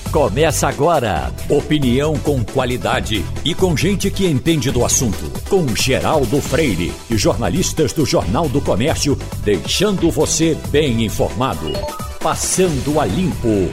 Começa agora. Opinião com qualidade e com gente que entende do assunto. Com Geraldo Freire e jornalistas do Jornal do Comércio, deixando você bem informado. Passando a Limpo.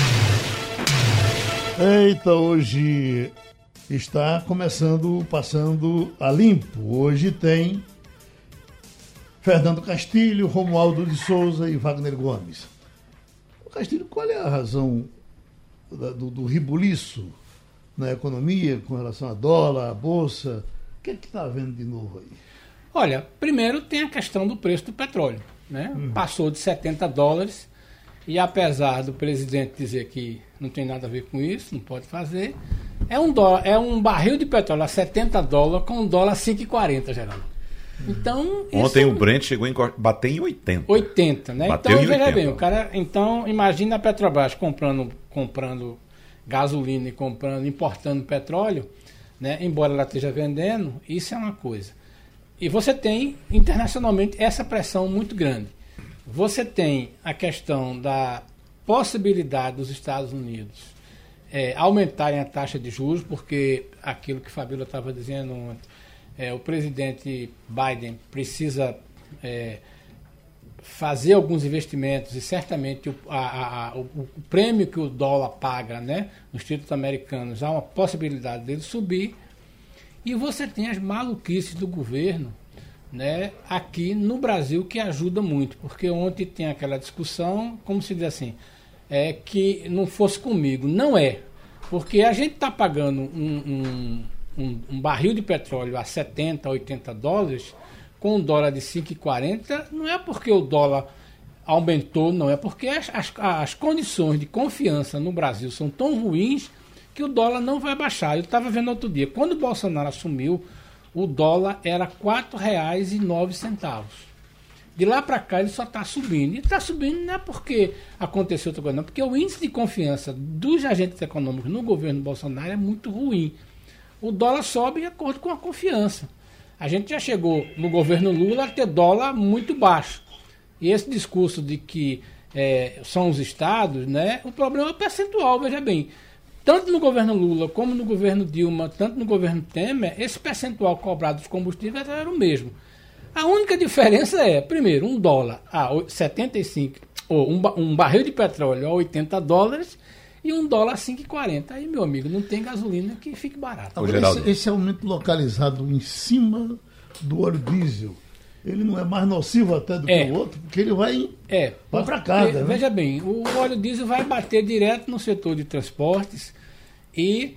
Eita, hoje está começando Passando a Limpo. Hoje tem Fernando Castilho, Romualdo de Souza e Wagner Gomes. Castilho, qual é a razão do ribuliço na economia com relação a dólar, a bolsa? O que é que está havendo de novo aí? Olha, primeiro tem a questão do preço do petróleo, né? Passou de $70 e apesar do presidente dizer que não tem nada a ver com isso, não pode fazer, é um barril de petróleo a $70 com $1 a 5,40, Geraldo. Então, ontem o Brent chegou a bater em 80. 80, né? Bateu então, em veja 80. bem, o cara, então, imagina a Petrobras comprando gasolina e importando petróleo, né? Embora ela esteja vendendo, isso é uma coisa. E você tem, internacionalmente, essa pressão muito grande. Você tem a questão da possibilidade dos Estados Unidos aumentarem a taxa de juros, porque aquilo que Fabíola estava dizendo ontem, o presidente Biden precisa fazer alguns investimentos e certamente o prêmio que o dólar paga, né, nos títulos americanos, há uma possibilidade dele subir. E você tem as maluquices do governo, né, aqui no Brasil, que ajuda muito, porque ontem tem aquela discussão, como se diz assim, que não fosse comigo. Não é, porque a gente está pagando um barril de petróleo a $70, $80, com $1 de 5,40, não é porque o dólar aumentou, não, é porque as condições de confiança no Brasil são tão ruins que o dólar não vai baixar. Eu estava vendo outro dia, quando o Bolsonaro assumiu, o dólar era R$ 4,09. De lá para cá ele só está subindo. E está subindo não é porque aconteceu outra coisa, não, porque o índice de confiança dos agentes econômicos no governo Bolsonaro é muito ruim. O dólar sobe de acordo com a confiança. A gente já chegou no governo Lula a ter dólar muito baixo. E esse discurso de que são os estados, né? O problema é o percentual, veja bem. Tanto no governo Lula como no governo Dilma, tanto no governo Temer, esse percentual cobrado dos combustíveis era o mesmo. A única diferença primeiro, $1 a 75, ou um barril de petróleo a $80, e $1 a 5,40. Aí, meu amigo, não tem gasolina que fique barato. Agora, esse aumento localizado em cima do óleo diesel, ele não é mais nocivo até do que o outro, porque ele vai para casa. Né? Veja bem, o óleo diesel vai bater direto no setor de transportes e,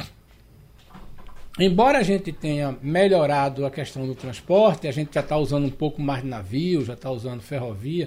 embora a gente tenha melhorado a questão do transporte, a gente já está usando um pouco mais de navio, já está usando ferrovia,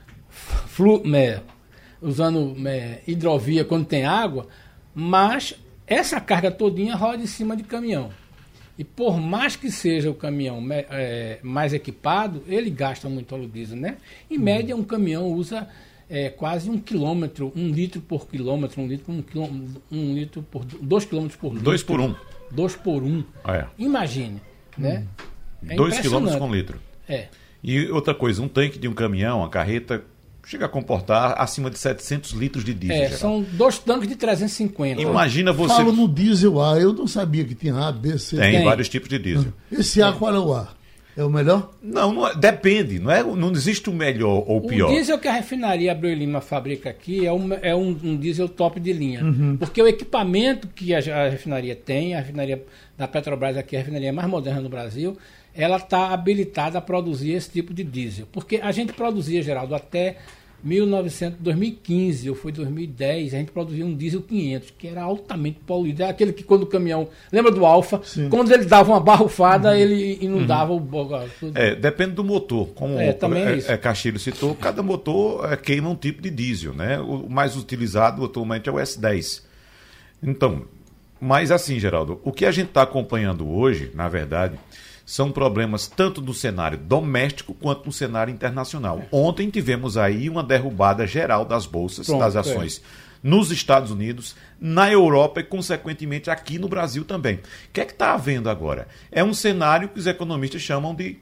usando hidrovia quando tem água, mas essa carga todinha roda em cima de caminhão. E por mais que seja o caminhão mais equipado, ele gasta muito óleo diesel, né? Em média, um caminhão usa quase 1 quilômetro, 1 litro por quilômetro, 1 litro por 2 quilômetros por litro. 2 por 1. 2 por 1. Imagine, né? 2 quilômetros por litro. É. E outra coisa, um tanque de um caminhão, uma carreta, chega a comportar acima de 700 litros de diesel. São 2 tanques de 350. Imagina você... Falo no diesel A, eu não sabia que tinha A, B, C. Tem vários tipos de diesel. Esse A, qual é o A? É o melhor? Não depende, não existe o melhor ou o pior. O diesel que a refinaria Abreu e Lima fabrica aqui é um diesel top de linha. Porque o equipamento que a refinaria tem, a refinaria da Petrobras aqui, a refinaria mais moderna no Brasil, ela está habilitada a produzir esse tipo de diesel. Porque a gente produzia, Geraldo, até 2015, ou foi 2010, a gente produzia um diesel 500, que era altamente poluído. É aquele que quando o caminhão... Lembra do Alfa? Sim. Quando ele dava uma barrufada, ele inundava o... Depende do motor. Como Castilho citou, cada motor queima um tipo de diesel, né? O mais utilizado atualmente é o S10. Então, mas assim, Geraldo, o que a gente está acompanhando hoje, na verdade... são problemas tanto no cenário doméstico quanto no cenário internacional. Ontem tivemos aí uma derrubada geral das bolsas, das ações nos Estados Unidos, na Europa e, consequentemente, aqui no Brasil também. O que é que está havendo agora? É um cenário que os economistas chamam de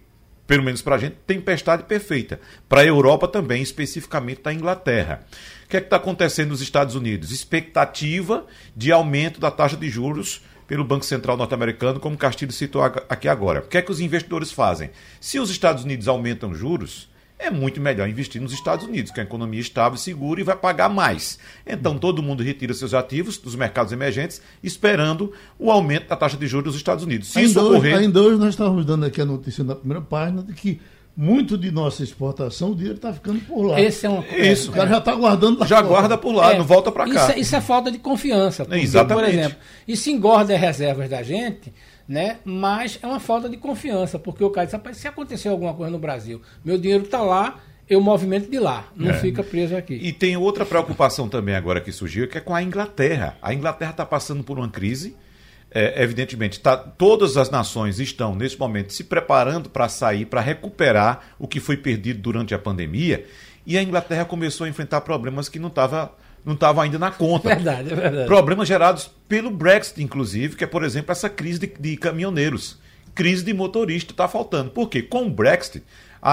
pelo menos para a gente, tempestade perfeita. Para a Europa também, especificamente da Inglaterra. O que é que está acontecendo nos Estados Unidos? Expectativa de aumento da taxa de juros pelo Banco Central norte-americano, como o Castilho citou aqui agora. O que é que os investidores fazem? Se os Estados Unidos aumentam juros, é muito melhor investir nos Estados Unidos, que é uma economia estável e segura e vai pagar mais. Então, todo mundo retira seus ativos dos mercados emergentes, esperando o aumento da taxa de juros dos Estados Unidos. Se isso ocorrer... Ainda hoje nós estávamos dando aqui a notícia na primeira página de que muito de nossa exportação, o dinheiro está ficando por lá. Esse é um... Isso. O cara já está guardando lá. Já guarda por lá, não volta para cá. Isso é falta de confiança. Porque, exatamente. Por exemplo, isso engorda as reservas da gente, né? Mas é uma falta de confiança, porque o cara diz, rapaz, se acontecer alguma coisa no Brasil, meu dinheiro está lá, eu movimento de lá, não fica preso aqui. E tem outra preocupação também agora que surgiu, que é com a Inglaterra. A Inglaterra está passando por uma crise. Evidentemente, todas as nações estão, nesse momento, se preparando para sair, para recuperar o que foi perdido durante a pandemia, e a Inglaterra começou a enfrentar problemas que não estava ainda na conta. É verdade. Problemas gerados pelo Brexit, inclusive, que é, por exemplo, essa crise de caminhoneiros. Crise de motorista está faltando. Por quê? Com o Brexit,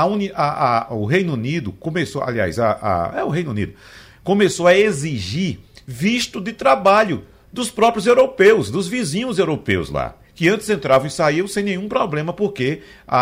o Reino Unido começou, o Reino Unido começou a exigir visto de trabalho dos próprios europeus, dos vizinhos europeus lá, que antes entravam e saíam sem nenhum problema, porque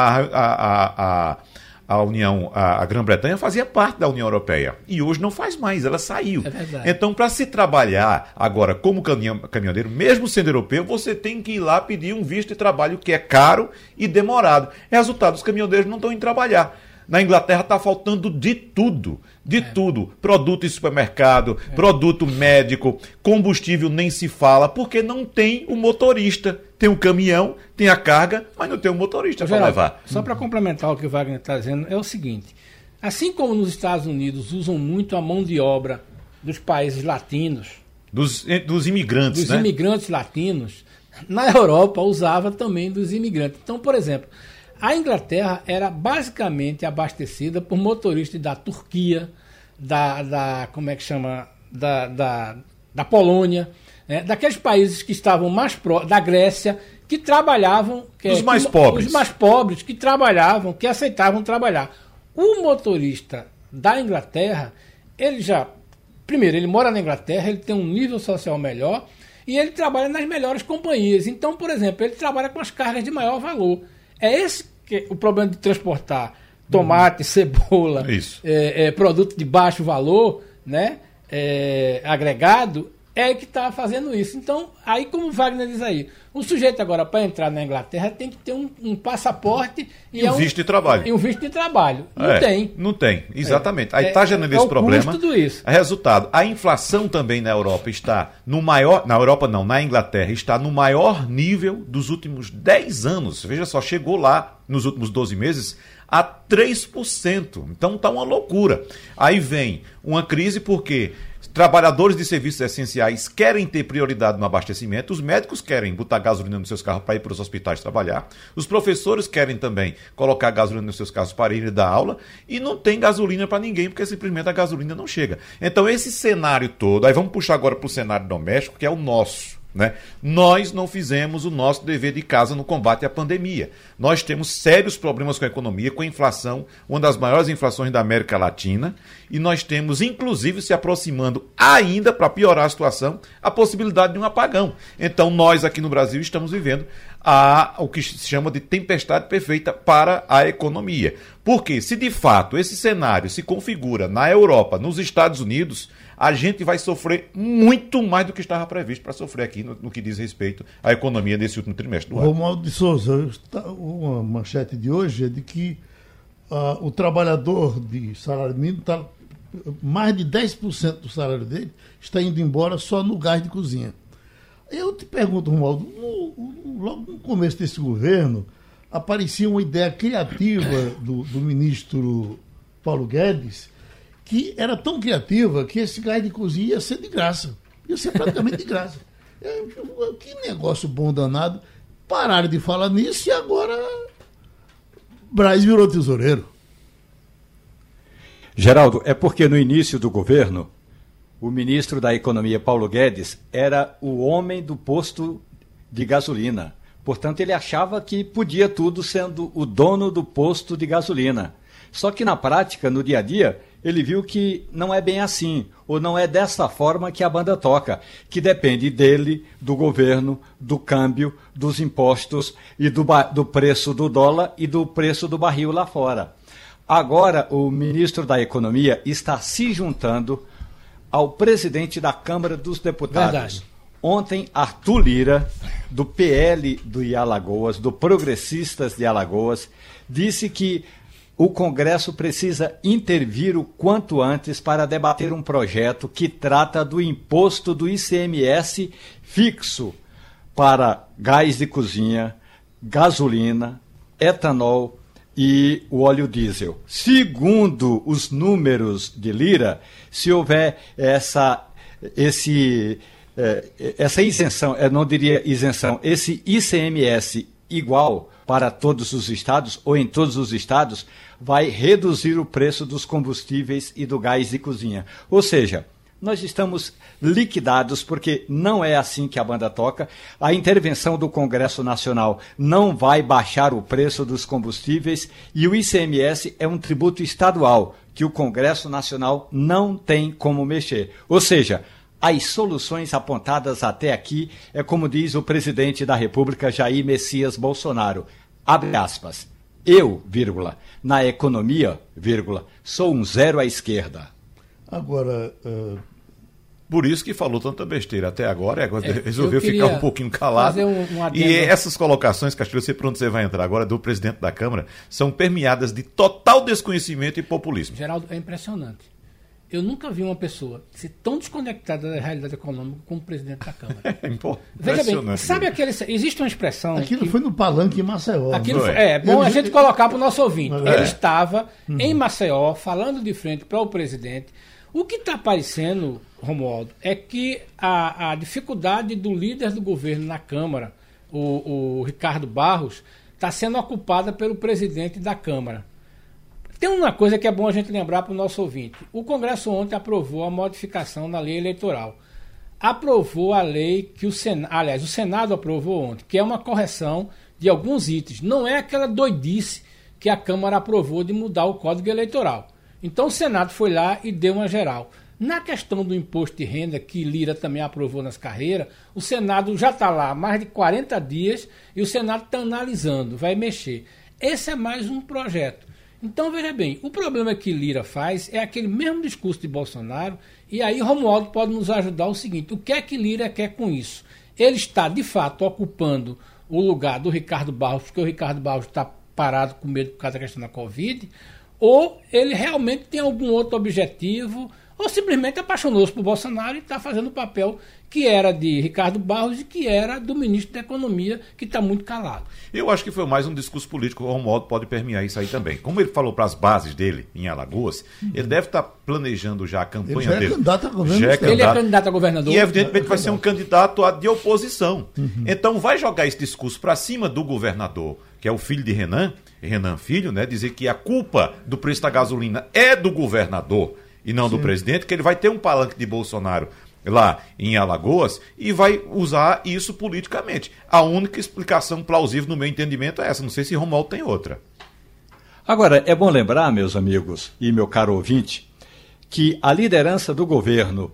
a Grã-Bretanha fazia parte da União Europeia e hoje não faz mais, ela saiu. Então, para se trabalhar agora como caminhoneiro, mesmo sendo europeu, você tem que ir lá pedir um visto de trabalho que é caro e demorado. Resultado, os caminhoneiros não estão indo trabalhar. Na Inglaterra está faltando de tudo. Tudo. Produto em supermercado, produto médico, combustível nem se fala, porque não tem o motorista. Tem um caminhão, tem a carga, mas não tem um motorista para levar. Só para complementar o que o Wagner está dizendo, é o seguinte. Assim como nos Estados Unidos usam muito a mão de obra dos países latinos... Dos imigrantes, dos imigrantes latinos, na Europa usava também dos imigrantes. Então, por exemplo... A Inglaterra era basicamente abastecida por motoristas da Turquia, da Polônia, né? Daqueles países que estavam mais próximos, da Grécia, que trabalhavam... Os mais pobres. Os mais pobres, que trabalhavam, que aceitavam trabalhar. O motorista da Inglaterra, primeiro, ele mora na Inglaterra, ele tem um nível social melhor e ele trabalha nas melhores companhias. Então, por exemplo, ele trabalha com as cargas de maior valor. É esse o problema de transportar tomate, cebola, produto de baixo valor, né, agregado, é que está fazendo isso. Então, aí como o Wagner diz aí, o sujeito agora para entrar na Inglaterra tem que ter um passaporte e um visto de trabalho. E um visto de trabalho. Não tem, exatamente. Aí está gerando esse problema. Tudo isso. Resultado, a inflação também na Europa está no maior... Na Europa não, na Inglaterra está no maior nível dos últimos 10 anos. Veja só, chegou lá nos últimos 12 meses a 3%. Então está uma loucura. Aí vem uma crise porque... Trabalhadores de serviços essenciais querem ter prioridade no abastecimento, os médicos querem botar gasolina nos seus carros para ir para os hospitais trabalhar, os professores querem também colocar gasolina nos seus carros para ir dar aula e não tem gasolina para ninguém porque simplesmente a gasolina não chega. Então esse cenário todo, aí vamos puxar agora para o cenário doméstico, que é o nosso. Né? Nós não fizemos o nosso dever de casa no combate à pandemia. Nós temos sérios problemas com a economia, com a inflação, uma das maiores inflações da América Latina, e nós temos, inclusive, se aproximando ainda, para piorar a situação, a possibilidade de um apagão. Então, nós aqui no Brasil estamos vivendo o que se chama de tempestade perfeita para a economia. Porque, se de fato esse cenário se configura na Europa, nos Estados Unidos, a gente vai sofrer muito mais do que estava previsto para sofrer aqui no que diz respeito à economia nesse último trimestre do ano. Romualdo de Souza, uma manchete de hoje é de que o trabalhador de salário mínimo, mais de 10% do salário dele está indo embora só no gás de cozinha. Eu te pergunto, Romualdo, logo no começo desse governo, aparecia uma ideia criativa do ministro Paulo Guedes, que era tão criativa que esse gás de cozinha ia ser de graça. Ia ser praticamente de graça. Que negócio bom danado. Pararam de falar nisso e agora Braz virou tesoureiro. Geraldo, é porque no início do governo, o ministro da Economia, Paulo Guedes, era o homem do posto de gasolina. Portanto, ele achava que podia tudo sendo o dono do posto de gasolina. Só que na prática, no dia a dia, ele viu que não é bem assim, ou não é dessa forma que a banda toca, que depende dele, do governo, do câmbio, dos impostos e do preço do dólar e do preço do barril lá fora. Agora, o ministro da Economia está se juntando ao presidente da Câmara dos Deputados. Verdade. Ontem, Arthur Lira, do PL do Alagoas, do Progressistas de Alagoas, disse que o Congresso precisa intervir o quanto antes para debater um projeto que trata do imposto do ICMS fixo para gás de cozinha, gasolina, etanol e o óleo diesel. Segundo os números de Lira, se houver essa isenção, eu não diria isenção, esse ICMS igual para todos os estados ou em todos os estados, vai reduzir o preço dos combustíveis e do gás de cozinha. Ou seja, nós estamos liquidados porque não é assim que a banda toca. A intervenção do Congresso Nacional não vai baixar o preço dos combustíveis e o ICMS é um tributo estadual que o Congresso Nacional não tem como mexer. Ou seja, as soluções apontadas até aqui é como diz o presidente da República, Jair Messias Bolsonaro, abre aspas, eu, vírgula, na economia, vírgula, sou um zero à esquerda. Agora... Por isso que falou tanta besteira até agora, resolveu ficar um pouquinho calado. E essas colocações, Castilho, eu sei para onde você vai entrar agora, do presidente da Câmara, são permeadas de total desconhecimento e populismo. Geraldo, é impressionante. Eu nunca vi uma pessoa ser tão desconectada da realidade econômica como o presidente da Câmara. Veja bem, sabe aquele... Existe uma expressão... Aquilo foi no Palanque em Maceió. Bom a gente colocar para o nosso ouvinte. Ele estava em Maceió, falando de frente para o presidente. O que está aparecendo, Romualdo, é que a dificuldade do líder do governo na Câmara, o Ricardo Barros, está sendo ocupada pelo presidente da Câmara. Tem uma coisa que é bom a gente lembrar para o nosso ouvinte. O Congresso ontem aprovou a modificação na lei eleitoral. Aprovou a lei que o Senado aprovou ontem, que é uma correção de alguns itens. Não é aquela doidice que a Câmara aprovou de mudar o Código Eleitoral. Então o Senado foi lá e deu uma geral. Na questão do imposto de renda, que Lira também aprovou nas carreiras, o Senado já está lá há mais de 40 dias e o Senado está analisando, vai mexer. Esse é mais um projeto. Então, veja bem, o problema que Lira faz é aquele mesmo discurso de Bolsonaro, e aí Romualdo pode nos ajudar o seguinte, o que é que Lira quer com isso? Ele está, de fato, ocupando o lugar do Ricardo Barros, porque o Ricardo Barros está parado com medo por causa da questão da Covid, ou ele realmente tem algum outro objetivo, ou simplesmente apaixonou-se por Bolsonaro e está fazendo o papel que era de Ricardo Barros e que era do ministro da Economia, que está muito calado. Eu acho que foi mais um discurso político, o Romualdo pode permear isso aí também. Como ele falou para as bases dele, em Alagoas, ele deve estar planejando já a campanha dele. Ele é candidato a governador. E evidentemente vai ser um candidato de oposição. Então vai jogar esse discurso para cima do governador, que é o filho de Renan Filho, né, dizer que a culpa do preço da gasolina é do governador e não do presidente, que ele vai ter um palanque de Bolsonaro lá em Alagoas e vai usar isso politicamente. A única explicação plausível, no meu entendimento, é essa. Não sei se Romualdo tem outra. Agora, é bom lembrar, meus amigos e meu caro ouvinte, que a liderança do governo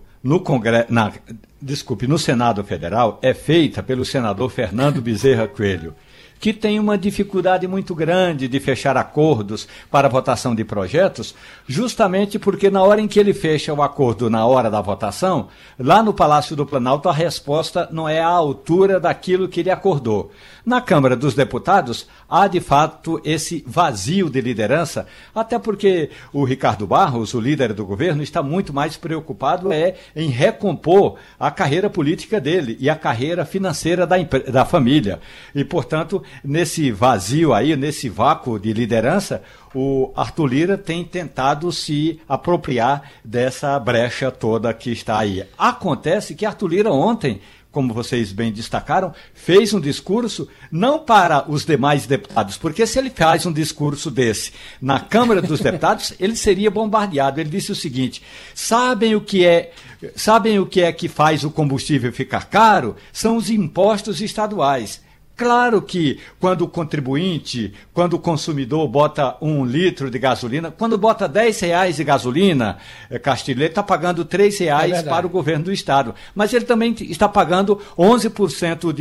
no Senado Federal é feita pelo senador Fernando Bezerra Coelho, que tem uma dificuldade muito grande de fechar acordos para votação de projetos, justamente porque na hora em que ele fecha o acordo na hora da votação, lá no Palácio do Planalto a resposta não é à altura daquilo que ele acordou. Na Câmara dos Deputados há de fato esse vazio de liderança, até porque o Ricardo Barros, o líder do governo, está muito mais preocupado em recompor a carreira política dele e a carreira financeira da família. E, portanto, nesse vazio aí, nesse vácuo de liderança, o Arthur Lira tem tentado se apropriar dessa brecha toda que está aí. Acontece que Arthur Lira ontem, como vocês bem destacaram, fez um discurso não para os demais deputados, porque se ele faz um discurso desse na Câmara dos Deputados, ele seria bombardeado. Ele disse o seguinte: sabem o que é que faz o combustível ficar caro? São os impostos estaduais. Claro que quando o contribuinte, quando o consumidor bota 1 litro de gasolina, quando bota R$10 de gasolina, Castilho, ele está pagando R$3 para o governo do Estado. Mas ele também está pagando 11%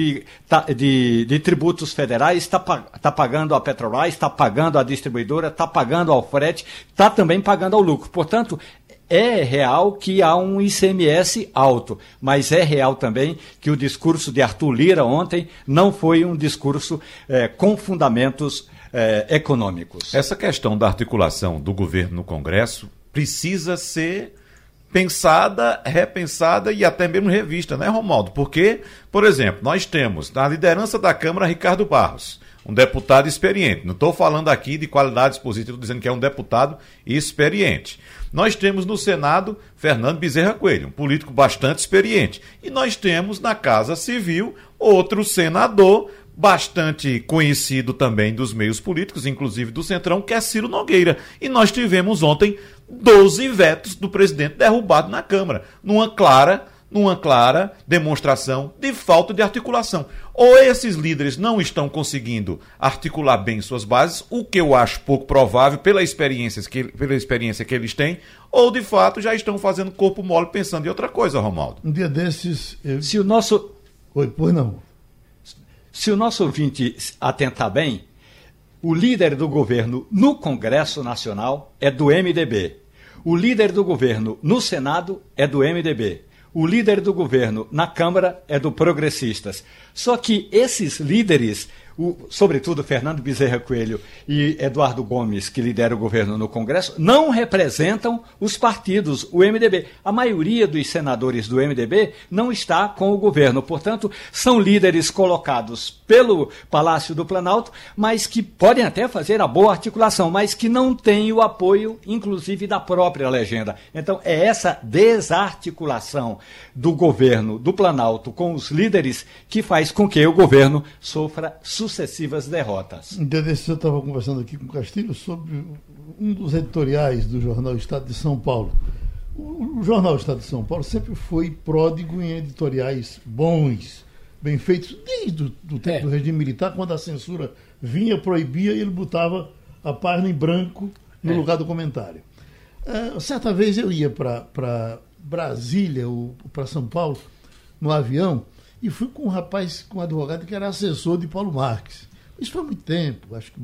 de tributos federais, está pagando a Petrobras, está pagando a distribuidora, está pagando ao frete, está também pagando ao lucro. Portanto, é real que há um ICMS alto, mas é real também que o discurso de Arthur Lira ontem não foi um discurso com fundamentos econômicos. Essa questão da articulação do governo no Congresso precisa ser pensada, repensada e até mesmo revista, né, Romualdo? Porque, por exemplo, nós temos na liderança da Câmara Ricardo Barros, um deputado experiente. Não estou falando aqui de qualidades positivas, estou dizendo que é um deputado experiente. Nós temos no Senado Fernando Bezerra Coelho, um político bastante experiente. E nós temos na Casa Civil outro senador bastante conhecido também dos meios políticos, inclusive do Centrão, que é Ciro Nogueira. E nós tivemos ontem 12 vetos do presidente derrubados na Câmara, numa clara demonstração de falta de articulação. Ou esses líderes não estão conseguindo articular bem suas bases, o que eu acho pouco provável pela experiência que eles têm, ou de fato já estão fazendo corpo mole pensando em outra coisa, Romualdo. Um dia desses... Se o nosso... Oi, pois não. Se o nosso ouvinte atentar bem, o líder do governo no Congresso Nacional é do MDB. O líder do governo no Senado é do MDB. O líder do governo na Câmara é do Progressistas. Só que esses líderes, sobretudo Fernando Bezerra Coelho e Eduardo Gomes, que lidera o governo no Congresso, não representam os partidos, o MDB. A maioria dos senadores do MDB não está com o governo. Portanto, são líderes colocados pelo Palácio do Planalto, mas que podem até fazer a boa articulação, mas que não têm o apoio, inclusive, da própria legenda. Então, é essa desarticulação do governo do Planalto com os líderes que faz com que o governo sofra sucessivas derrotas. Um dia desses eu estava conversando aqui com o Castilho sobre um dos editoriais do jornal Estado de São Paulo. O jornal Estado de São Paulo sempre foi pródigo em editoriais bons, bem feitos, desde o tempo do regime militar, quando a censura vinha, proibia, e ele botava a página em branco no lugar do comentário. Certa vez eu ia para Brasília, ou para São Paulo, no avião, e fui com um rapaz, com um advogado que era assessor de Paulo Marques. Isso foi há muito tempo, acho que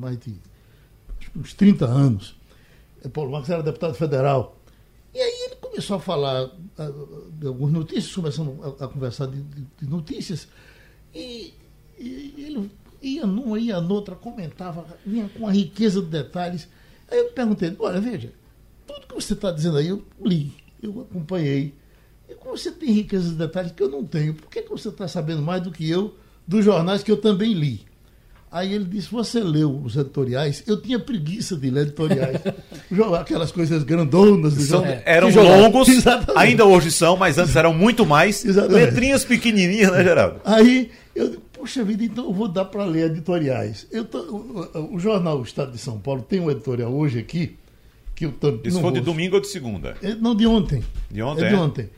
uns 30 anos. Paulo Marques era deputado federal. E aí ele começou a falar de algumas notícias, começando a conversar de notícias, e ele ia numa, ia noutra, comentava, vinha com uma riqueza de detalhes. Aí eu perguntei, olha, veja, tudo que você está dizendo aí eu li, eu acompanhei. E como você tem riqueza de detalhes que eu não tenho, por que você está sabendo mais do que eu dos jornais que eu também li? Aí ele disse, você leu os editoriais? Eu tinha preguiça de ler editoriais. Aquelas coisas grandonas. Eram longos, ainda hoje são, mas antes eram muito mais. Exatamente. Letrinhas pequenininhas, né, Geraldo? Aí eu digo, poxa vida, então eu vou dar para ler editoriais. O jornal Estado de São Paulo tem um editorial hoje aqui, que eu também... Isso foi de domingo ou de segunda? Não, de ontem. De ontem? É de ontem.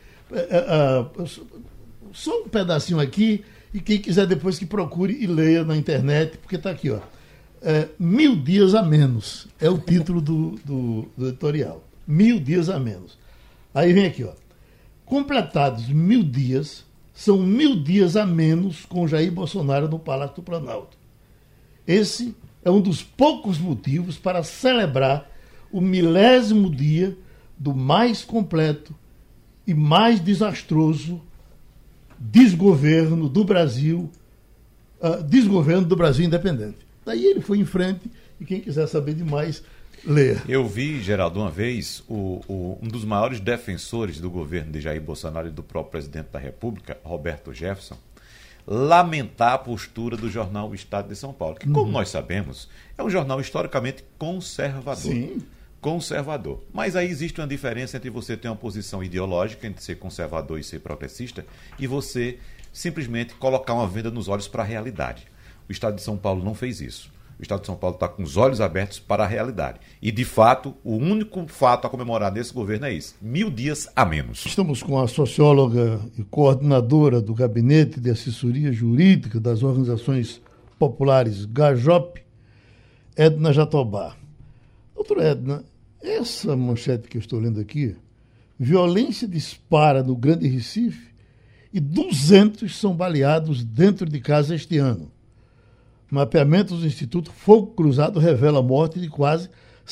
Só um pedacinho aqui, e quem quiser depois que procure e leia na internet, porque está aqui, ó. 1000 dias a menos é o título do editorial. 1000 dias a menos. Aí vem aqui, ó. Completados 1000 dias, são 1000 dias a menos com Jair Bolsonaro no Palácio do Planalto. Esse é um dos poucos motivos para celebrar o 1000º dia do mais completo e mais desastroso desgoverno do Brasil independente. Daí ele foi em frente, e quem quiser saber demais, leia. Eu vi, Geraldo, uma vez, um dos maiores defensores do governo de Jair Bolsonaro e do próprio presidente da República, Roberto Jefferson, lamentar a postura do jornal O Estado de São Paulo, que, como nós sabemos, é um jornal historicamente conservador. Sim. Conservador. Mas aí existe uma diferença entre você ter uma posição ideológica, entre ser conservador e ser progressista, e você simplesmente colocar uma venda nos olhos para a realidade. O Estado de São Paulo não fez isso. O Estado de São Paulo está com os olhos abertos para a realidade. E, de fato, o único fato a comemorar nesse governo é isso: 1000 dias a menos. Estamos com a socióloga e coordenadora do Gabinete de Assessoria Jurídica das Organizações populares Gajope, Edna Jatobá. Doutora Edna, essa manchete que eu estou lendo aqui, violência dispara no Grande Recife e 200 são baleados dentro de casa este ano. Mapeamentos do Instituto Fogo Cruzado revela a morte de quase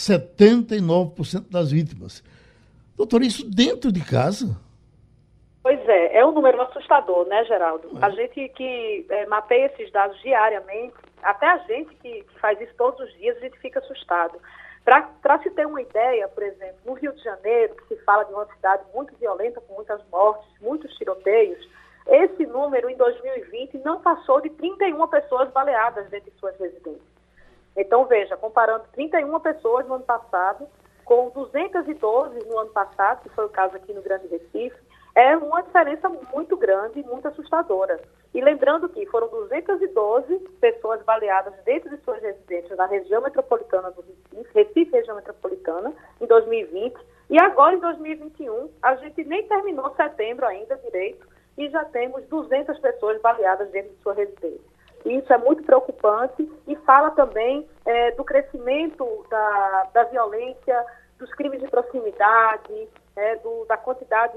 79% das vítimas. Doutor, isso dentro de casa? Pois é um número assustador, né, Geraldo? A gente que mapeia esses dados diariamente, até a gente que faz isso todos os dias, a gente fica assustado. Para se ter uma ideia, por exemplo, no Rio de Janeiro, que se fala de uma cidade muito violenta, com muitas mortes, muitos tiroteios, esse número em 2020 não passou de 31 pessoas baleadas dentro de suas residências. Então, veja, comparando 31 pessoas no ano passado com 212 no ano passado, que foi o caso aqui no Grande Recife, é uma diferença muito grande e muito assustadora. E lembrando que foram 212 pessoas baleadas dentro de suas residências na região metropolitana do Recife, região metropolitana, em 2020. E agora, em 2021, a gente nem terminou setembro ainda direito e já temos 200 pessoas baleadas dentro de sua residência. E isso é muito preocupante e fala também do crescimento da violência, dos crimes de proximidade, da quantidade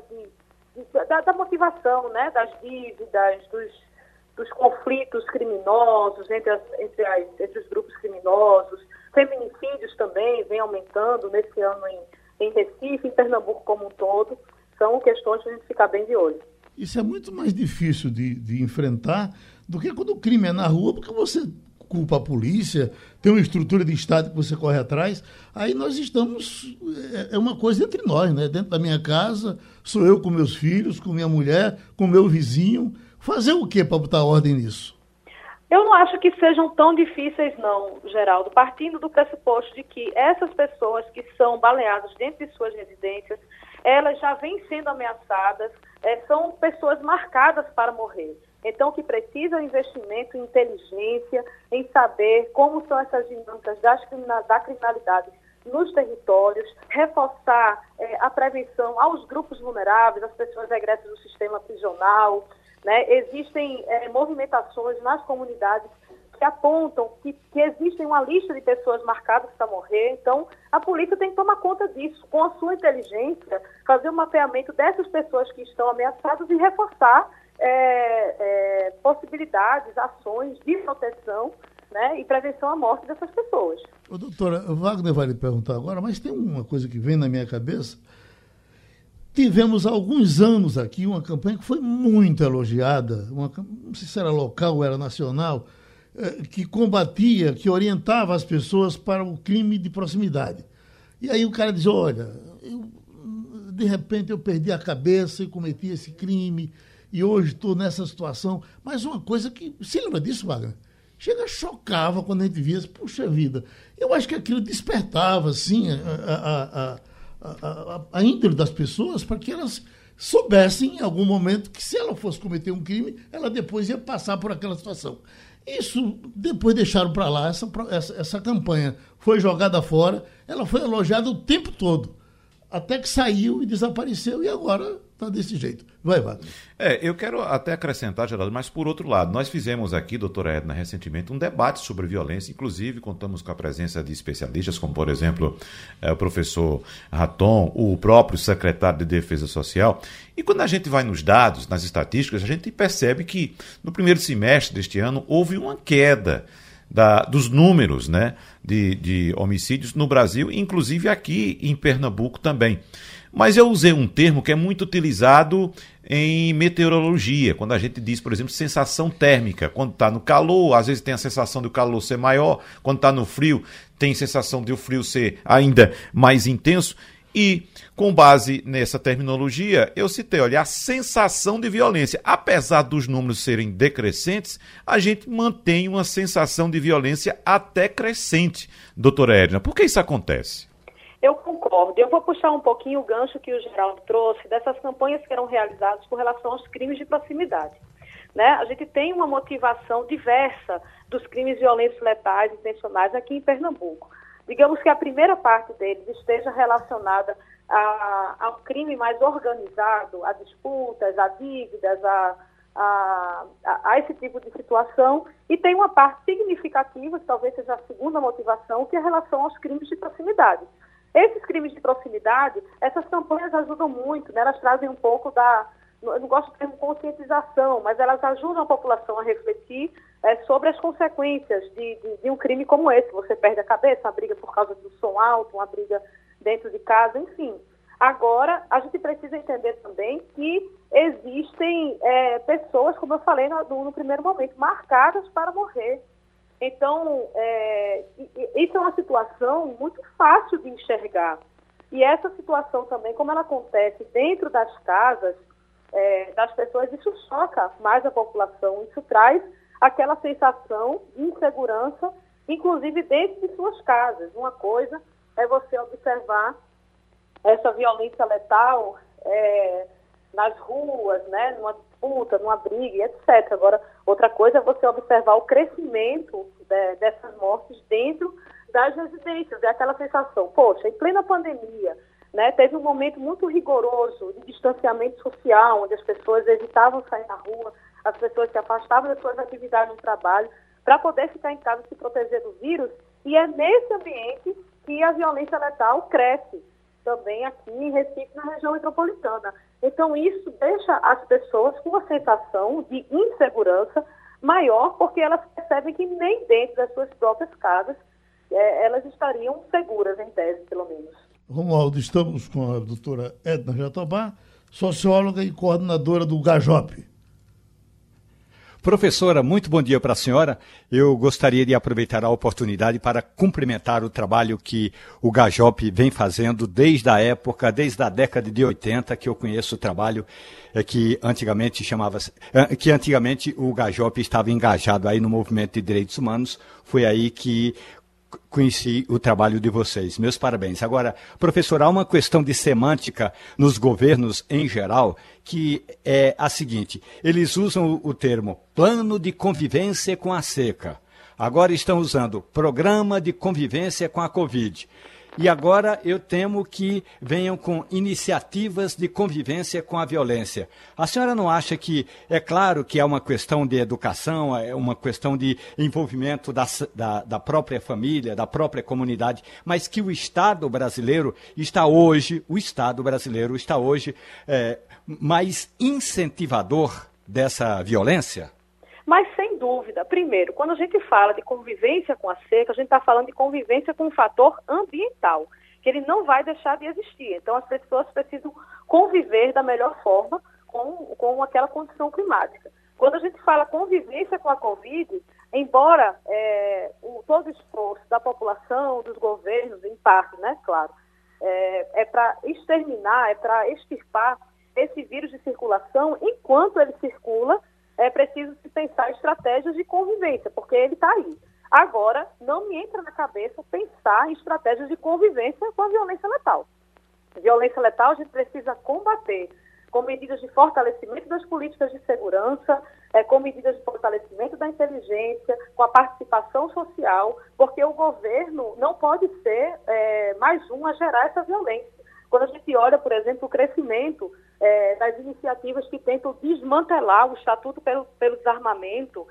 da motivação, né, das dívidas, dos conflitos criminosos entre os grupos criminosos. Feminicídios também vem aumentando nesse ano em Recife, em Pernambuco como um todo. São questões para a gente ficar bem de olho. Isso é muito mais difícil de enfrentar do que quando o crime é na rua, porque você culpa a polícia, tem uma estrutura de Estado que você corre atrás. Aí nós estamos... É uma coisa entre nós, né? Dentro da minha casa, sou eu com meus filhos, com minha mulher, com meu vizinho. Fazer o quê para botar ordem nisso? Eu não acho que sejam tão difíceis, não, Geraldo. Partindo do pressuposto de que essas pessoas que são baleadas dentro de suas residências, elas já vêm sendo ameaçadas, são pessoas marcadas para morrer. Então, que precisa de investimento em inteligência, em saber como são essas dinâmicas da criminalidade nos territórios, reforçar a prevenção aos grupos vulneráveis, às pessoas regressas do sistema prisional, né? Existem movimentações nas comunidades que apontam que existe uma lista de pessoas marcadas para morrer. Então, a polícia tem que tomar conta disso, com a sua inteligência, fazer um mapeamento dessas pessoas que estão ameaçadas e reforçar possibilidades, ações de proteção, né, e prevenção à morte dessas pessoas. Doutora, Wagner vai lhe perguntar agora, mas tem uma coisa que vem na minha cabeça. Tivemos há alguns anos aqui uma campanha que foi muito elogiada, não sei se era local ou era nacional, que combatia, que orientava as pessoas para o crime de proximidade. E aí o cara diz, olha, de repente eu perdi a cabeça e cometi esse crime, e hoje estou nessa situação. Mas uma coisa que... Você lembra disso, Wagner? Chocava quando a gente via, puxa vida. Eu acho que aquilo despertava, assim, a índole das pessoas para que elas soubessem, em algum momento, que se ela fosse cometer um crime, ela depois ia passar por aquela situação. Isso, depois deixaram para lá, essa campanha foi jogada fora, ela foi elogiada o tempo todo, até que saiu e desapareceu, e agora está desse jeito. Vai, Wagner. Eu quero até acrescentar, Geraldo, mas por outro lado, nós fizemos aqui, doutora Edna, recentemente, um debate sobre violência, inclusive contamos com a presença de especialistas, como, por exemplo, o professor Raton, o próprio secretário de Defesa Social, e quando a gente vai nos dados, nas estatísticas, a gente percebe que no primeiro semestre deste ano houve uma queda dos números, né, de homicídios no Brasil, inclusive aqui em Pernambuco também. Mas eu usei um termo que é muito utilizado em meteorologia, quando a gente diz, por exemplo, sensação térmica. Quando está no calor, às vezes tem a sensação de o calor ser maior, quando está no frio, tem a sensação de o frio ser ainda mais intenso. E, com base nessa terminologia, eu citei, olha, a sensação de violência. Apesar dos números serem decrescentes, a gente mantém uma sensação de violência até crescente, doutora Edna. Por que isso acontece? Eu concordo. Eu vou puxar um pouquinho o gancho que o Geraldo trouxe dessas campanhas que eram realizadas com relação aos crimes de proximidade. Né? A gente tem uma motivação diversa dos crimes violentos letais intencionais aqui em Pernambuco. Digamos que a primeira parte deles esteja relacionada ao crime mais organizado, a disputas, a dívidas, a esse tipo de situação, e tem uma parte significativa, que talvez seja a segunda motivação, que é a relação aos crimes de proximidade. Esses crimes de proximidade, essas campanhas ajudam muito, né? Elas trazem um pouco eu não gosto do termo conscientização, mas elas ajudam a população a refletir sobre as consequências de um crime como esse. Você perde a cabeça, uma briga por causa do som alto, uma briga dentro de casa, enfim. Agora, a gente precisa entender também que existem pessoas, como eu falei no primeiro momento, marcadas para morrer. Então, isso é uma situação muito fácil de enxergar. E essa situação também, como ela acontece dentro das casas das pessoas, isso choca mais a população, isso traz aquela sensação de insegurança, inclusive dentro de suas casas. Uma coisa é você observar essa violência letal nas ruas, né, numa disputa, numa briga, etc. Agora, outra coisa é você observar o crescimento dessas mortes dentro das residências. É aquela sensação, poxa, em plena pandemia, né, teve um momento muito rigoroso de distanciamento social, onde as pessoas evitavam sair na rua, as pessoas se afastavam das suas atividades de trabalho para poder ficar em casa e se proteger do vírus, e é nesse ambiente que a violência letal cresce, também aqui em Recife, na região metropolitana. Então, isso deixa as pessoas com uma sensação de insegurança maior, porque elas percebem que nem dentro das suas próprias casas elas estariam seguras, em tese, pelo menos. Romualdo, estamos com a doutora Edna Jatobá, socióloga e coordenadora do GAJOP. Professora, muito bom dia para a senhora. Eu gostaria de aproveitar a oportunidade para cumprimentar o trabalho que o GAJOP vem fazendo desde a década de 80, que eu conheço o trabalho que antigamente o GAJOP estava engajado aí no movimento de direitos humanos. Foi aí que conheci o trabalho de vocês. Meus parabéns. Agora, professor, há uma questão de semântica nos governos em geral, que é a seguinte: eles usam o termo plano de convivência com a seca. Agora estão usando programa de convivência com a Covid. E agora eu temo que venham com iniciativas de convivência com a violência. A senhora não acha que, é claro que é uma questão de educação, é uma questão de envolvimento da própria família, da própria comunidade, mas que o Estado brasileiro está hoje mais incentivador dessa violência? Mas, sem dúvida, primeiro, quando a gente fala de convivência com a seca, a gente está falando de convivência com um fator ambiental, que ele não vai deixar de existir. Então, as pessoas precisam conviver da melhor forma com aquela condição climática. Quando a gente fala convivência com a Covid, embora todo o esforço da população, dos governos, em parte, né, claro, é para exterminar, é para extirpar esse vírus de circulação, enquanto ele circula, é preciso se pensar em estratégias de convivência, porque ele está aí. Agora, não me entra na cabeça pensar em estratégias de convivência com a violência letal. A violência letal a gente precisa combater com medidas de fortalecimento das políticas de segurança, com medidas de fortalecimento da inteligência, com a participação social, porque o governo não pode ser mais um a gerar essa violência. Quando a gente olha, por exemplo, o crescimento das iniciativas que tentam desmantelar o Estatuto pelo Desarmamento,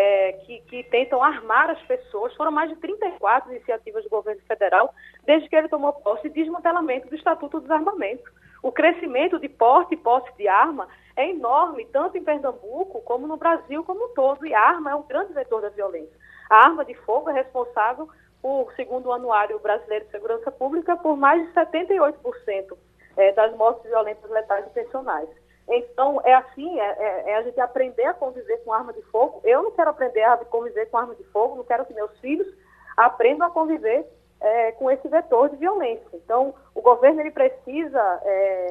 que tentam armar as pessoas, foram mais de 34 iniciativas do governo federal, desde que ele tomou posse, de desmantelamento do Estatuto do Desarmamento. O crescimento de porte e posse de arma é enorme, tanto em Pernambuco como no Brasil como um todo, e a arma é um grande vetor da violência. A arma de fogo é responsável por, segundo o Anuário Brasileiro de Segurança Pública, por mais de 78% das mortes violentas letais intencionais. Então, é assim, a gente aprender a conviver com arma de fogo. Eu não quero aprender a conviver com arma de fogo, não quero que meus filhos aprendam a conviver com esse vetor de violência. Então, o governo ele precisa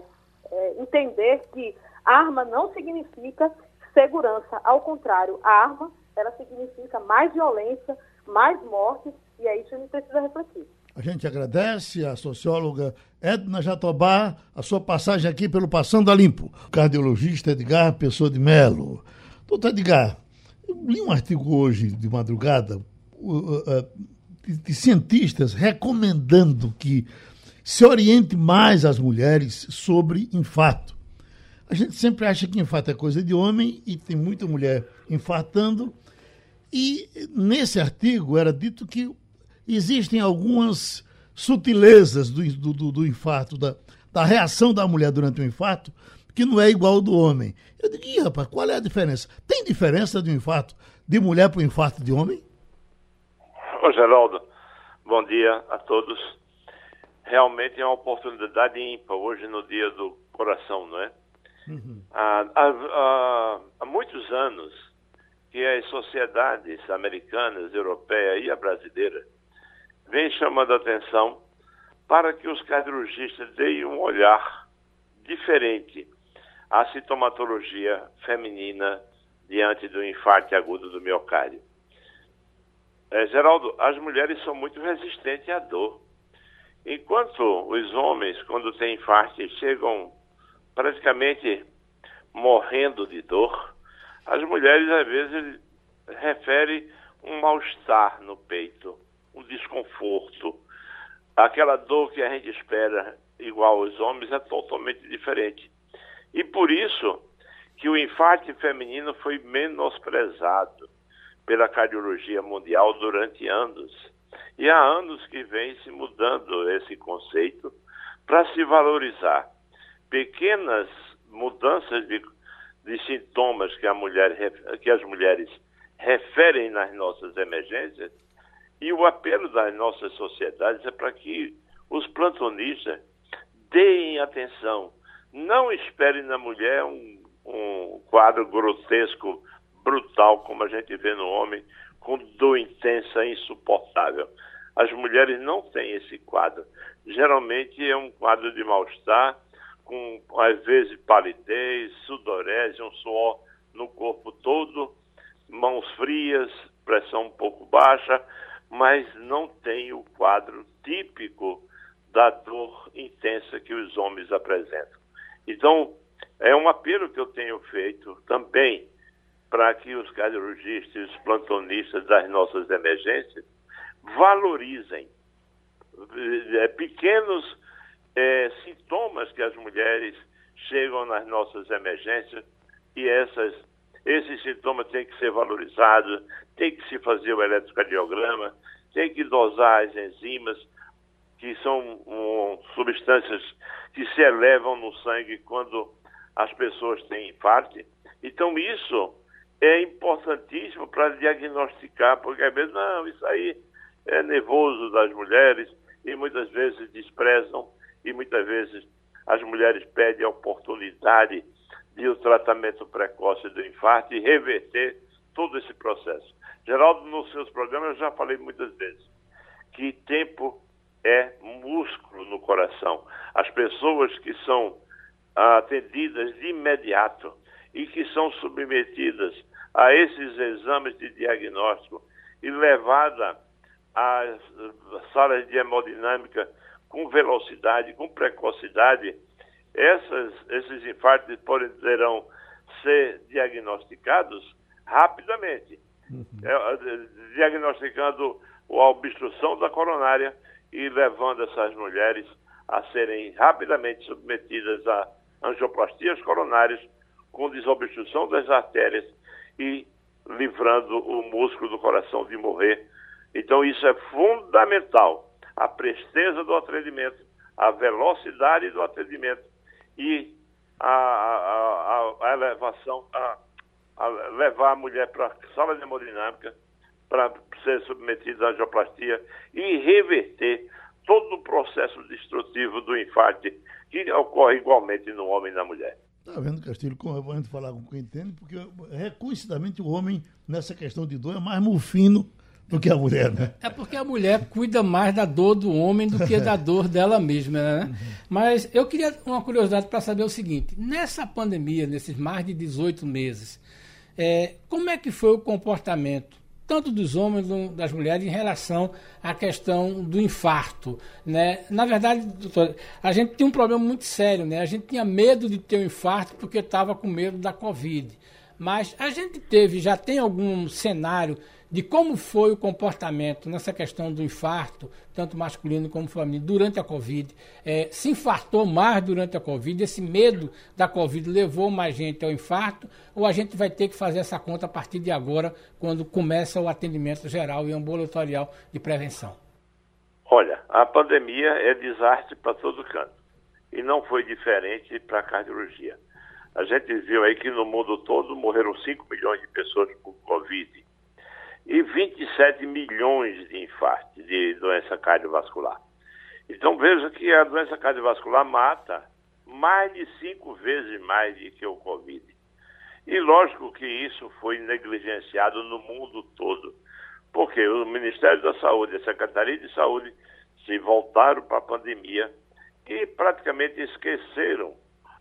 entender que arma não significa segurança. Ao contrário, a arma ela significa mais violência, mais mortes, e é isso que a gente precisa refletir. A gente agradece à socióloga Edna Jatobá a sua passagem aqui pelo Passando a Limpo. Cardiologista Edgar Pessoa de Melo. Doutor Edgar, eu li um artigo hoje de madrugada de cientistas recomendando que se oriente mais as mulheres sobre infarto. A gente sempre acha que infarto é coisa de homem e tem muita mulher infartando. E nesse artigo era dito que existem algumas sutilezas do infarto, da reação da mulher durante o infarto, que não é igual ao do homem. Eu digo, rapaz, qual é a diferença? Tem diferença de um infarto de mulher para o infarto de homem? Ô Geraldo, bom dia a todos. Realmente é uma oportunidade ímpar hoje no Dia do Coração, não é? Uhum. Há muitos anos que as sociedades americanas, europeias e a brasileira vêm chamando a atenção para que os cardiologistas deem um olhar diferente à sintomatologia feminina diante do infarto agudo do miocárdio. Geraldo, as mulheres são muito resistentes à dor. Enquanto os homens, quando têm infarto, chegam praticamente morrendo de dor, as mulheres, às vezes, referem um mal-estar no peito, um desconforto. Aquela dor que a gente espera igual aos homens é totalmente diferente. E por isso que o infarto feminino foi menosprezado pela cardiologia mundial durante anos. E há anos que vem se mudando esse conceito para se valorizar pequenas mudanças de sintomas que as mulheres referem nas nossas emergências. E o apelo das nossas sociedades é para que os plantonistas deem atenção. Não esperem na mulher um quadro grotesco, brutal, como a gente vê no homem, com dor intensa, insuportável. As mulheres não têm esse quadro. Geralmente é um quadro de mal-estar, com, às vezes, palidez, sudorese, um suor no corpo todo, mãos frias, pressão um pouco baixa, mas não tem o quadro típico da dor intensa que os homens apresentam. Então, é um apelo que eu tenho feito também para que os cardiologistas e os plantonistas das nossas emergências valorizem pequenos sintomas que as mulheres chegam nas nossas emergências e esses sintomas têm que ser valorizados, tem que se fazer o eletrocardiograma, tem que dosar as enzimas, que são substâncias que se elevam no sangue quando as pessoas têm infarto. Então isso é importantíssimo para diagnosticar, porque às vezes, não, isso aí é nervoso das mulheres, e muitas vezes desprezam, e muitas vezes as mulheres pedem a oportunidade de o tratamento precoce do infarto e reverter todo esse processo. Geraldo, nos seus programas eu já falei muitas vezes que tempo é músculo no coração. As pessoas que são atendidas de imediato e que são submetidas a esses exames de diagnóstico e levadas às salas de hemodinâmica com velocidade, com precocidade, esses infartos poderão ser diagnosticados rapidamente, diagnosticando a obstrução da coronária e levando essas mulheres a serem rapidamente submetidas a angioplastias coronárias com desobstrução das artérias e livrando o músculo do coração de morrer. Então isso é fundamental, a presteza do atendimento, a velocidade do atendimento e a elevação, a levar a mulher para a sala de hemodinâmica para ser submetida à angioplastia e reverter todo o processo destrutivo do infarto que ocorre igualmente no homem e na mulher. Está vendo, Castilho, como é bom a gente falar com quem entende, porque reconhecidamente o homem, nessa questão de dor, é mais mufino do que a mulher, né? É porque a mulher cuida mais da dor do homem do que da dor dela mesma, né? Uhum. Mas eu queria uma curiosidade para saber o seguinte, nessa pandemia, nesses mais de 18 meses, como é que foi o comportamento tanto dos homens como das mulheres, em relação à questão do infarto, né? Na verdade, doutor, a gente tinha um problema muito sério, né? A gente tinha medo de ter um infarto porque estava com medo da Covid. Mas a gente já tem algum cenário de como foi o comportamento nessa questão do infarto, tanto masculino como feminino, durante a Covid. Se infartou mais durante a Covid, esse medo da Covid levou mais gente ao infarto, ou a gente vai ter que fazer essa conta a partir de agora, quando começa o atendimento geral e ambulatorial de prevenção? Olha, a pandemia é desastre para todo canto, e não foi diferente para a cardiologia. A gente viu aí que no mundo todo morreram 5 milhões de pessoas por Covid, e 27 milhões de infartos, de doença cardiovascular. Então veja que a doença cardiovascular mata mais de 5 vezes mais do que o Covid. E lógico que isso foi negligenciado no mundo todo, porque o Ministério da Saúde e a Secretaria de Saúde se voltaram para a pandemia e praticamente esqueceram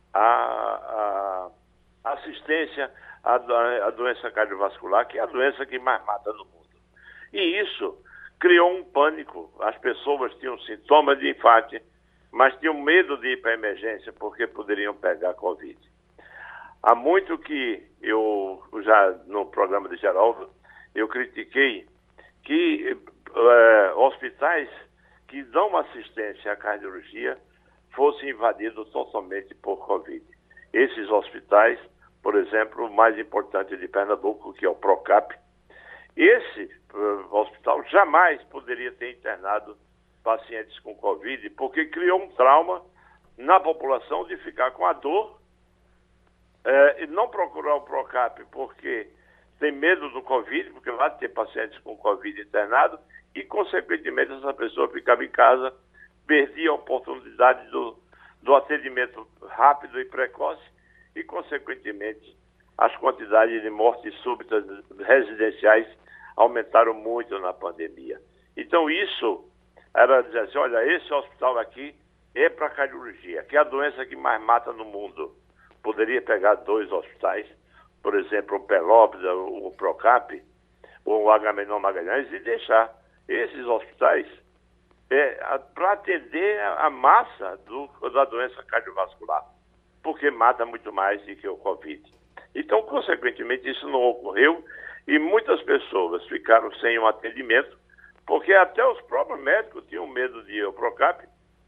a assistência à doença cardiovascular, que é a doença que mais mata no mundo. E isso criou um pânico. As pessoas tinham sintomas de infarto, mas tinham medo de ir para a emergência porque poderiam pegar Covid. Há muito que eu, já no programa de Geraldo, eu critiquei que hospitais que dão assistência à cardiologia fossem invadidos totalmente por Covid. Esses hospitais, por exemplo, o mais importante de Pernambuco, que é o Procap, esse hospital jamais poderia ter internado pacientes com Covid, porque criou um trauma na população de ficar com a dor e não procurar o Procap porque tem medo do Covid, porque lá tem pacientes com Covid internado, e, consequentemente, essa pessoa ficava em casa, perdia a oportunidade do atendimento rápido e precoce, e, consequentemente, as quantidades de mortes súbitas residenciais aumentaram muito na pandemia. Então, isso era dizer assim, olha, esse hospital aqui é para cardiologia, que é a doença que mais mata no mundo. Poderia pegar 2 hospitais, por exemplo, o Pelópolis, o Procap, ou o Agamenon Magalhães, e deixar esses hospitais para atender a massa da doença cardiovascular, porque mata muito mais do que o Covid. Então, consequentemente, isso não ocorreu e muitas pessoas ficaram sem um atendimento, porque até os próprios médicos tinham medo de ir ao Procap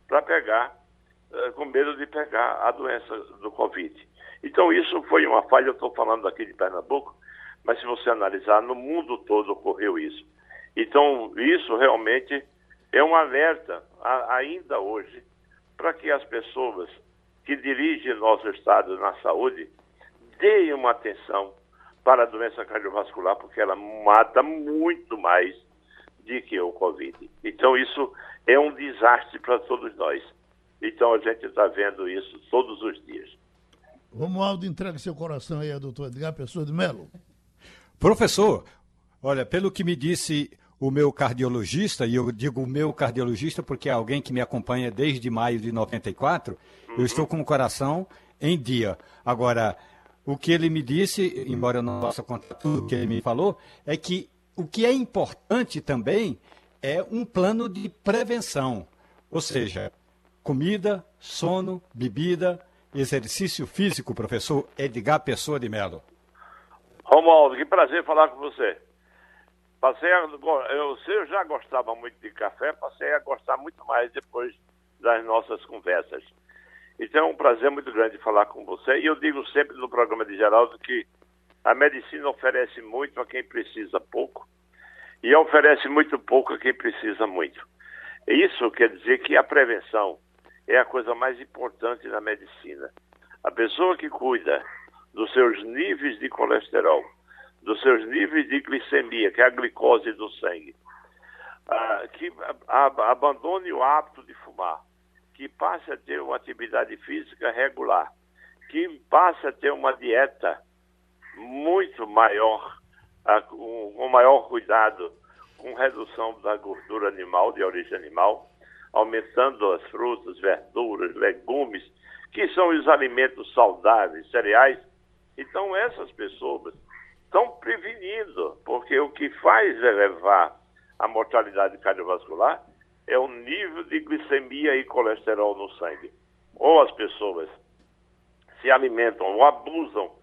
com medo de pegar a doença do Covid. Então, isso foi uma falha. Eu estou falando aqui de Pernambuco, mas se você analisar, no mundo todo ocorreu isso. Então, isso realmente é um alerta, ainda hoje, para que as pessoas que dirigem nosso Estado na saúde deem uma atenção para a doença cardiovascular, porque ela mata muito mais do que o Covid. Então, isso é um desastre para todos nós. Então, a gente está vendo isso todos os dias. Romualdo, entregue seu coração aí a doutor Edgar Pessoa de Melo. Professor, olha, pelo que me disse o meu cardiologista, e eu digo o meu cardiologista porque é alguém que me acompanha desde maio de 94, eu estou com o coração em dia. Agora, o que ele me disse, embora eu não possa contar tudo o que ele me falou, é que o que é importante também é um plano de prevenção, ou seja, comida, sono, bebida, exercício físico, professor Edgar Pessoa de Melo. Romualdo, que prazer falar com você. Eu já gostava muito de café, passei a gostar muito mais depois das nossas conversas. Então é um prazer muito grande falar com você. E eu digo sempre no programa de Geraldo que a medicina oferece muito a quem precisa pouco e oferece muito pouco a quem precisa muito. Isso quer dizer que a prevenção é a coisa mais importante na medicina. A pessoa que cuida dos seus níveis de colesterol, dos seus níveis de glicemia, que é a glicose do sangue, que abandone o hábito de fumar, que passe a ter uma atividade física regular, que passe a ter uma dieta muito maior, com maior cuidado, com redução da gordura animal, de origem animal, aumentando as frutas, verduras, legumes, que são os alimentos saudáveis, cereais. Então, essas pessoas estão prevenindo, porque o que faz elevar a mortalidade cardiovascular é o nível de glicemia e colesterol no sangue. Ou as pessoas se alimentam ou abusam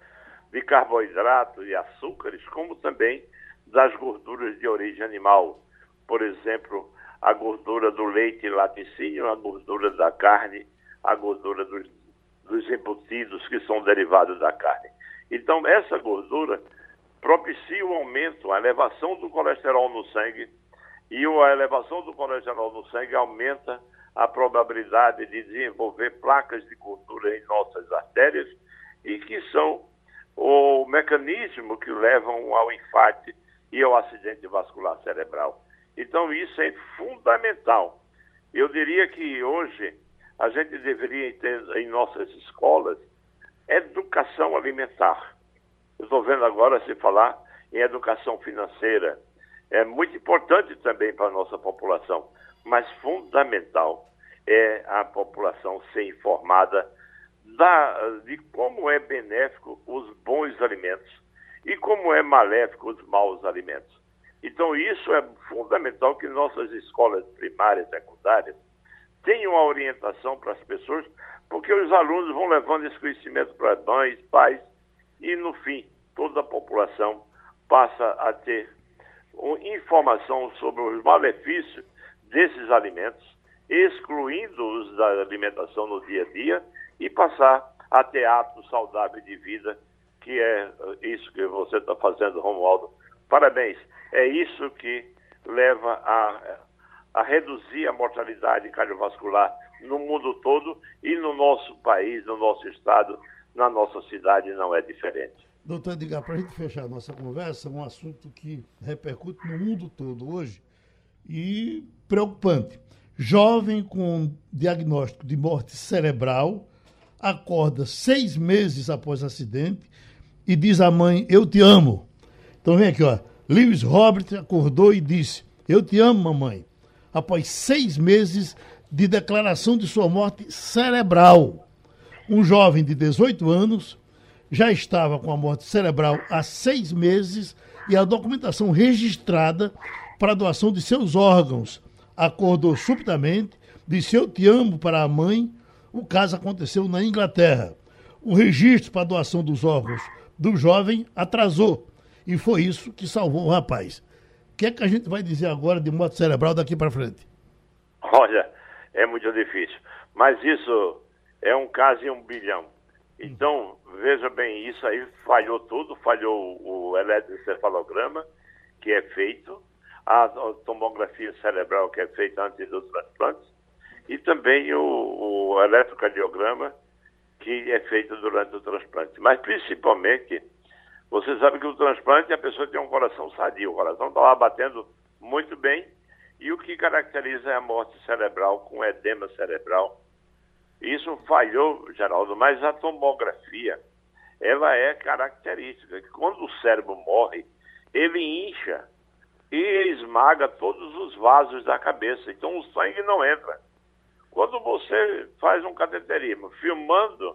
de carboidratos e açúcares, como também das gorduras de origem animal. Por exemplo, a gordura do leite e laticínio, a gordura da carne, a gordura dos embutidos que são derivados da carne. Então, essa gordura propicia o aumento, a elevação do colesterol no sangue, e a elevação do colesterol no sangue aumenta a probabilidade de desenvolver placas de gordura em nossas artérias, e que são o mecanismo que levam ao infarto e ao acidente vascular cerebral. Então, isso é fundamental. Eu diria que hoje a gente deveria ter em nossas escolas educação alimentar. Eu estou vendo agora se falar em educação financeira. É muito importante também para a nossa população, mas fundamental é a população ser informada de como é benéfico os bons alimentos e como é maléfico os maus alimentos. Então, isso é fundamental que nossas escolas primárias e secundárias tenham a orientação para as pessoas, porque os alunos vão levando esse conhecimento para mães, pais, e, no fim, toda a população passa a ter informação sobre os malefícios desses alimentos, excluindo-os da alimentação no dia a dia, e passar a ter hábitos saudáveis de vida, que é isso que você está fazendo, Romualdo. Parabéns. É isso que leva a reduzir a mortalidade cardiovascular no mundo todo, e no nosso país, no nosso estado, na nossa cidade não é diferente. Doutor Edgar, para a gente fechar a nossa conversa, um assunto que repercute no mundo todo hoje e preocupante. Jovem com diagnóstico de morte cerebral acorda 6 meses após acidente e diz à mãe: eu te amo. Então vem aqui, ó. Lewis Robert acordou e disse: eu te amo, mamãe, após 6 meses de declaração de sua morte cerebral. Um jovem de 18 anos já estava com a morte cerebral há 6 meses e a documentação registrada para a doação de seus órgãos. Acordou subitamente, disse: eu te amo para a mãe. O caso aconteceu na Inglaterra. O registro para a doação dos órgãos do jovem atrasou, e foi isso que salvou o rapaz. O que é que a gente vai dizer agora de morte cerebral daqui para frente? Olha, é muito difícil, mas isso é um caso em 1 bilhão. Então, veja bem, isso aí falhou tudo, falhou o eletroencefalograma que é feito, a tomografia cerebral que é feita antes dos transplantes, e também o eletrocardiograma que é feito durante o transplante. Mas, principalmente, você sabe que o transplante, a pessoa tem um coração sadio, o coração está lá batendo muito bem, e o que caracteriza é a morte cerebral com edema cerebral. Isso falhou, Geraldo, mas a tomografia, ela é característica, que quando o cérebro morre, ele incha e esmaga todos os vasos da cabeça, então o sangue não entra. Quando você faz um cateterismo filmando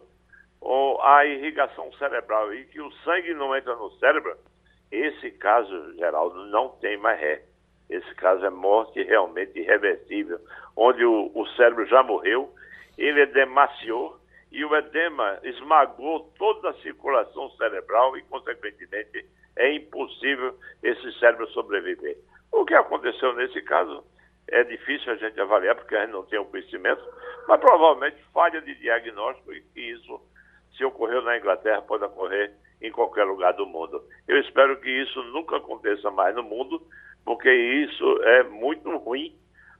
a irrigação cerebral e que o sangue não entra no cérebro, esse caso, Geraldo, não tem mais ré. Esse caso é morte realmente irreversível, onde o cérebro já morreu, ele edemaciou e o edema esmagou toda a circulação cerebral e, consequentemente, é impossível esse cérebro sobreviver. O que aconteceu nesse caso é difícil a gente avaliar, porque a gente não tem o conhecimento, mas provavelmente falha de diagnóstico, e isso, se ocorreu na Inglaterra, pode ocorrer em qualquer lugar do mundo. Eu espero que isso nunca aconteça mais no mundo, porque isso é muito ruim,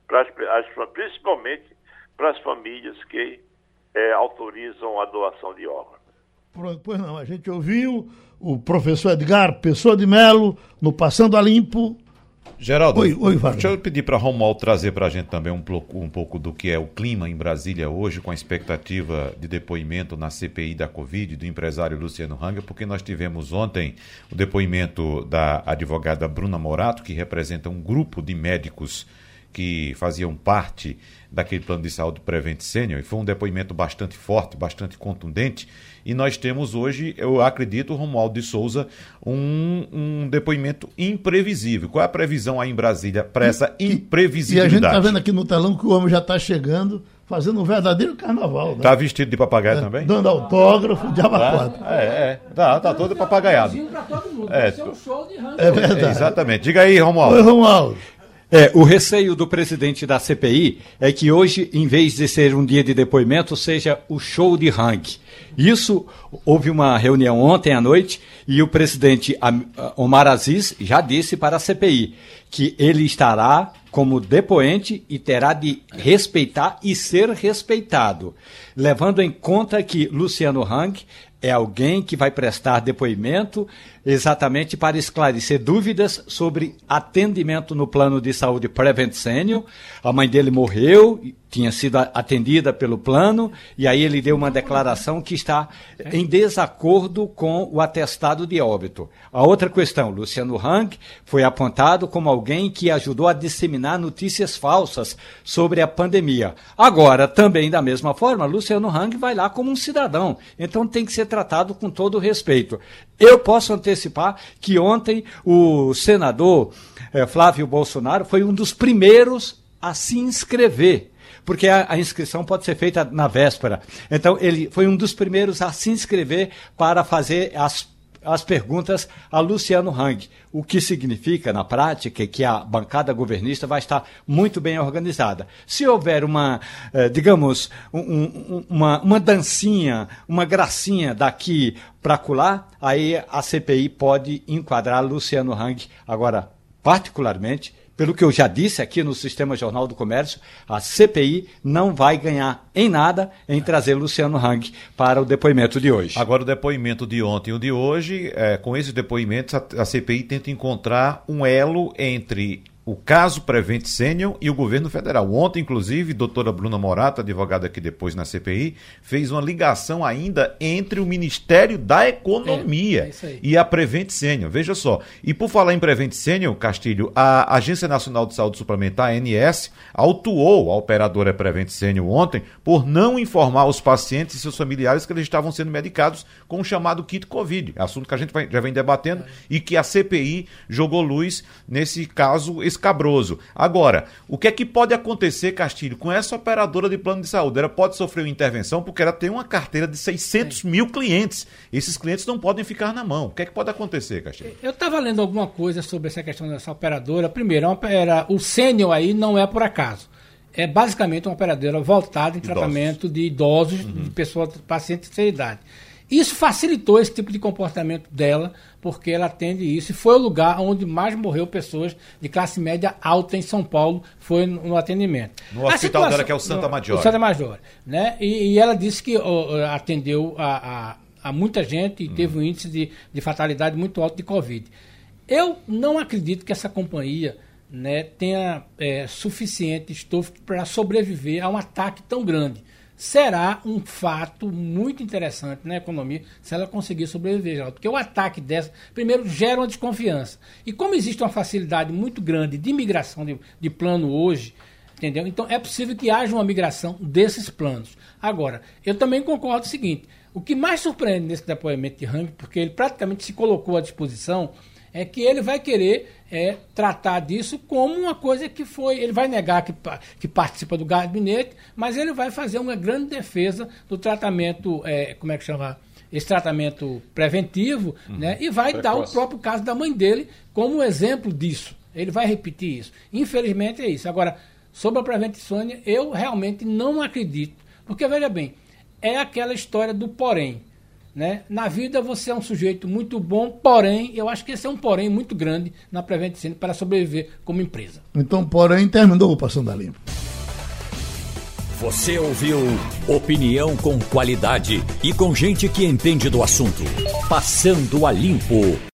principalmente para as famílias que autorizam a doação de órgãos. Pois não, a gente ouviu o professor Edgar Pessoa de Melo no Passando a Limpo. Geraldo, deixa eu pedir para Romualdo trazer para a gente também um pouco do que é o clima em Brasília hoje, com a expectativa de depoimento na CPI da Covid do empresário Luciano Hang, porque nós tivemos ontem o depoimento da advogada Bruna Morato, que representa um grupo de médicos que faziam parte daquele plano de saúde Prevent Senior, e foi um depoimento bastante forte, bastante contundente, e nós temos hoje, eu acredito, Romualdo de Souza, um depoimento imprevisível. Qual é a previsão aí em Brasília para essa imprevisibilidade? E a gente está vendo aqui no telão que o homem já está chegando fazendo um verdadeiro carnaval. Né? Tá vestido de papagaio também? Dando autógrafo de abacate. Tá todo papagaiado. Vai ser um show de rango. É verdade. Exatamente. Diga aí, Romualdo. Oi, Romualdo. O receio do presidente da CPI é que hoje, em vez de ser um dia de depoimento, seja o show de rangue. Isso, houve uma reunião ontem à noite e o presidente Omar Aziz já disse para a CPI que ele estará como depoente e terá de respeitar e ser respeitado, levando em conta que Luciano Hang é alguém que vai prestar depoimento exatamente para esclarecer dúvidas sobre atendimento no plano de saúde Prevent Senior. A mãe dele morreu, tinha sido atendida pelo plano, e aí ele deu uma declaração que está em desacordo com o atestado de óbito. A outra questão, Luciano Hang foi apontado como alguém que ajudou a disseminar notícias falsas sobre a pandemia. Agora, também da mesma forma, Luciano Hang vai lá como um cidadão, então tem que ser tratado com todo o respeito. Eu posso antecipar que ontem o senador Flávio Bolsonaro foi um dos primeiros a se inscrever, porque a inscrição pode ser feita na véspera. Então, ele foi um dos primeiros a se inscrever para fazer as perguntas a Luciano Hang, o que significa, na prática, que a bancada governista vai estar muito bem organizada. Se houver uma dancinha, uma gracinha daqui para acolá, aí a CPI pode enquadrar Luciano Hang. Agora, particularmente, pelo que eu já disse aqui no Sistema Jornal do Comércio, a CPI não vai ganhar em nada em trazer Luciano Hang para o depoimento de hoje. Agora, o depoimento de ontem e o de hoje, com esses depoimentos, a CPI tenta encontrar um elo entre o caso Prevent Senior e o governo federal. Ontem, inclusive, a doutora Bruna Morato, advogada aqui depois na CPI, fez uma ligação ainda entre o Ministério da Economia e a Prevent Senior. Veja só. E por falar em Prevent Senior, Castilho, a Agência Nacional de Saúde Suplementar, a ANS, autuou a operadora Prevent Senior ontem por não informar os pacientes e seus familiares que eles estavam sendo medicados com o chamado kit Covid, assunto que a gente já vem debatendo e que a CPI jogou luz nesse caso escabroso. Agora, o que é que pode acontecer, Castilho, com essa operadora de plano de saúde? Ela pode sofrer uma intervenção porque ela tem uma carteira de 600 mil clientes. Esses clientes não podem ficar na mão. O que é que pode acontecer, Castilho? Eu estava lendo alguma coisa sobre essa questão dessa operadora. Primeiro, o sênior aí não é por acaso. É basicamente uma operadora voltada em tratamento de idosos, de pessoas, pacientes de terceira idade. Isso facilitou esse tipo de comportamento dela, porque ela atende isso. E foi o lugar onde mais morreu pessoas de classe média alta em São Paulo, foi no atendimento. No hospital dela, que é o Santa Maggiore. O Santa Maggiore, né? E ela disse que atendeu a muita gente e teve um índice de fatalidade muito alto de Covid. Eu não acredito que essa companhia, né, tenha suficiente estofo para sobreviver a um ataque tão grande. Será um fato muito interessante na economia se ela conseguir sobreviver, Geraldo, porque o ataque dessa, primeiro, gera uma desconfiança. E como existe uma facilidade muito grande de migração de plano hoje, entendeu? Então é possível que haja uma migração desses planos. Agora, eu também concordo com o seguinte, o que mais surpreende nesse depoimento de Hang, porque ele praticamente se colocou à disposição, é que ele vai querer tratar disso como uma coisa que foi... Ele vai negar que participa do gabinete, mas ele vai fazer uma grande defesa do tratamento, como é que chama? Esse tratamento preventivo, né? E vai dar o próprio caso da mãe dele como exemplo disso. Ele vai repetir isso. Infelizmente é isso. Agora, sobre a Prevent Senior, eu realmente não acredito. Porque, veja bem, é aquela história do porém. Né? Na vida você é um sujeito muito bom, porém, eu acho que esse é um porém muito grande na Prevent Senior para sobreviver como empresa. Então, porém, terminou o Passando a Limpo. Você ouviu opinião com qualidade e com gente que entende do assunto. Passando a Limpo.